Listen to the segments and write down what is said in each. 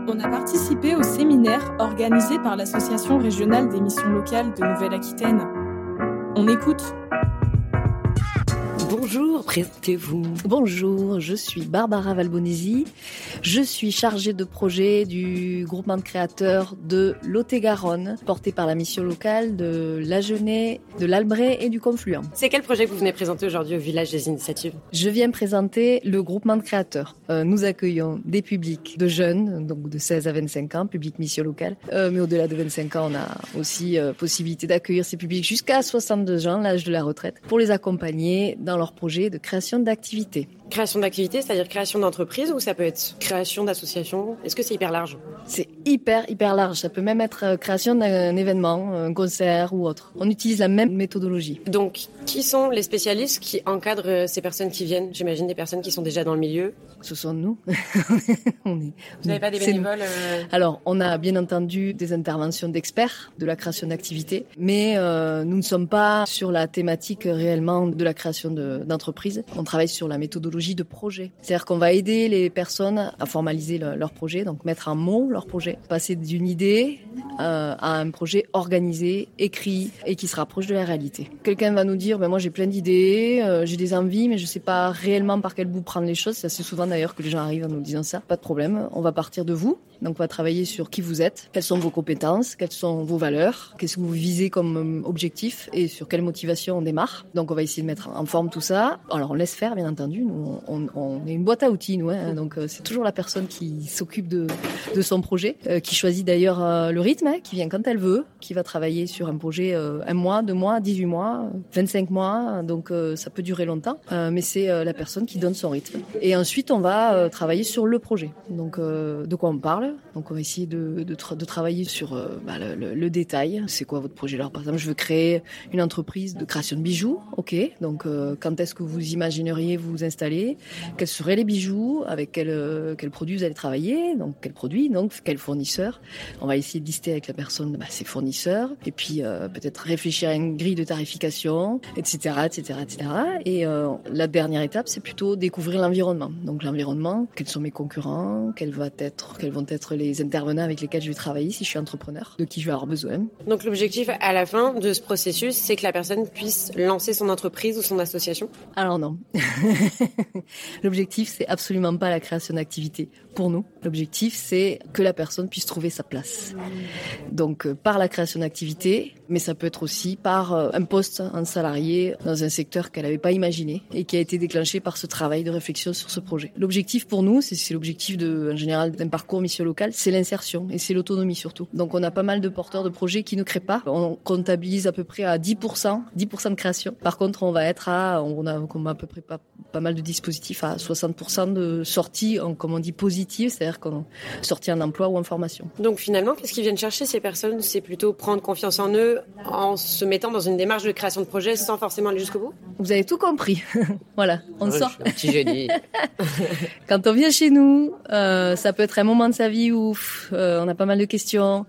On a participé au séminaire organisé par l'Association régionale des missions locales de Nouvelle-Aquitaine. On écoute. Bonjour, présentez-vous. Bonjour, je suis Barbara Valbonesi. Je suis chargée de projet du groupement de créateurs de Lot-et-Garonne, porté par la mission locale de l'Agenais, de l'Albret et du Confluent. C'est quel projet que vous venez présenter aujourd'hui au Village des Initiatives ? Je viens présenter le groupement de créateurs. Nous accueillons des publics de jeunes, donc de 16 à 25 ans, public mission locale. Mais au-delà de 25 ans, on a aussi possibilité d'accueillir ces publics jusqu'à 62 ans, l'âge de la retraite, pour les accompagner dans leur projet de création d'activités. Création d'activités, c'est-à-dire création d'entreprise, ou ça peut être création d'association ? Est-ce que c'est hyper large ? C'est hyper large. Ça peut même être création d'un événement, un concert ou autre. On utilise la même méthodologie. Donc, qui sont les spécialistes qui encadrent ces personnes qui viennent ? J'imagine des personnes qui sont déjà dans le milieu. Ce sont nous. Vous n'avez pas des bénévoles Alors, on a bien entendu des interventions d'experts de la création d'activités, mais nous ne sommes pas sur la thématique réellement de la création d'entreprises. On travaille sur la méthodologie de projet. C'est-à-dire qu'on va aider les personnes à formaliser leur projet, donc mettre en mots leur projet, passer d'une idée à un projet organisé, écrit et qui se rapproche de la réalité. Quelqu'un va nous dire, moi j'ai plein d'idées, j'ai des envies, mais je sais pas réellement par quel bout prendre les choses. C'est assez souvent d'ailleurs que les gens arrivent en nous disant ça. Pas de problème, on va partir de vous. Donc on va travailler sur qui vous êtes, quelles sont vos compétences, quelles sont vos valeurs, qu'est-ce que vous visez comme objectif et sur quelle motivation on démarre. Donc on va essayer de mettre en forme tout ça. Alors on laisse faire bien entendu, nous on est une boîte à outils nous, donc c'est toujours la personne qui s'occupe de son projet, qui choisit d'ailleurs le rythme, qui vient quand elle veut, qui va travailler sur un projet 1 mois, 2 mois, 18 mois, 25 mois, donc ça peut durer longtemps, mais c'est la personne qui donne son rythme. Et ensuite on va travailler sur le projet, donc de quoi on parle. Donc on va essayer de travailler sur le détail. C'est quoi votre projet ? Alors par exemple, je veux créer une entreprise de création de bijoux. Ok, donc quand est-ce que vous imagineriez vous installer ? Quels seraient les bijoux ? Avec quels produits vous allez travailler ? Donc quels produits ? Donc quels fournisseurs ? On va essayer de lister avec la personne ses fournisseurs. Et puis peut-être réfléchir à une grille de tarification, etc. Et la dernière étape, c'est plutôt découvrir l'environnement. Donc l'environnement, quels sont mes concurrents ? Quels vont être les intervenants avec lesquels je vais travailler si je suis entrepreneur, de qui je vais avoir besoin. Donc l'objectif à la fin de ce processus, c'est que la personne puisse lancer son entreprise ou son association ? Alors non. L'objectif, c'est absolument pas la création d'activité. Pour nous, l'objectif, c'est que la personne puisse trouver sa place. Donc par la création d'activité, mais ça peut être aussi par un poste, un salarié dans un secteur qu'elle n'avait pas imaginé et qui a été déclenché par ce travail de réflexion sur ce projet. L'objectif pour nous, c'est l'objectif en général d'un parcours mission locale, c'est l'insertion et c'est l'autonomie surtout. Donc on a pas mal de porteurs de projets qui ne créent pas. On comptabilise à peu près à 10% de création. Par contre, on a à peu près pas mal de dispositifs à 60% de sorties, comme on dit, positives, c'est-à-dire qu'on sortie en emploi ou en formation. Donc finalement, qu'est-ce qu'ils viennent chercher ces personnes ? C'est plutôt prendre confiance en eux en se mettant dans une démarche de création de projet sans forcément aller jusqu'au bout ? Vous avez tout compris. Voilà, on sort. Je suis un petit génie. Quand on vient chez nous, ça peut être un moment de sa vie où on a pas mal de questions.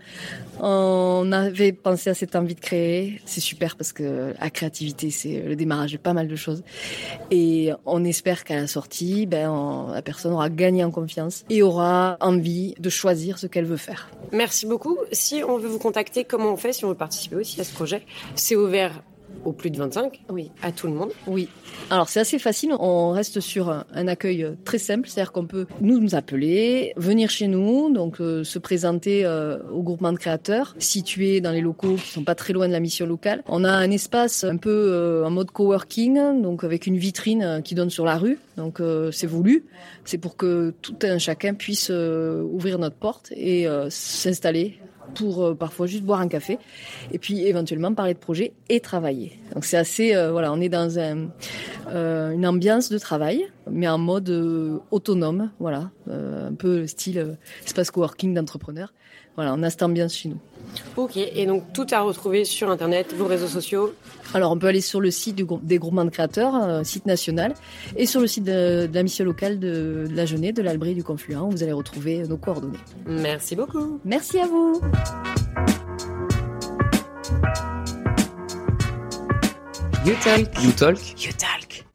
On avait pensé à cette envie de créer. C'est super parce que la créativité, c'est le démarrage de pas mal de choses. Et on espère qu'à la sortie, la personne aura gagné en confiance et aura envie de choisir ce qu'elle veut faire. Merci beaucoup. Si on veut vous contacter, comment on fait si on veut participer aussi à ce projet ? C'est ouvert aux plus de 25 ? Oui. À tout le monde ? Oui. Alors c'est assez facile, on reste sur un accueil très simple, c'est-à-dire qu'on peut nous appeler, venir chez nous, donc se présenter au groupement de créateurs, situé dans les locaux qui sont pas très loin de la mission locale. On a un espace un peu en mode coworking, donc avec une vitrine qui donne sur la rue, donc c'est voulu, c'est pour que tout un chacun puisse ouvrir notre porte et s'installer pour parfois juste boire un café et puis éventuellement parler de projet et travailler. Donc c'est assez, on est dans une ambiance de travail, mais en mode autonome, un peu style espace coworking d'entrepreneurs. Voilà, on a cette ambiance chez nous. Ok, et donc tout à retrouver sur Internet, vos réseaux sociaux ? Alors on peut aller sur le site des groupements de créateurs, site national, et sur le site de la mission locale de l'Agenais, de l'Albret et du Confluent, où vous allez retrouver nos coordonnées. Merci beaucoup. Merci à vous. You Talk. You Talk. You Talk.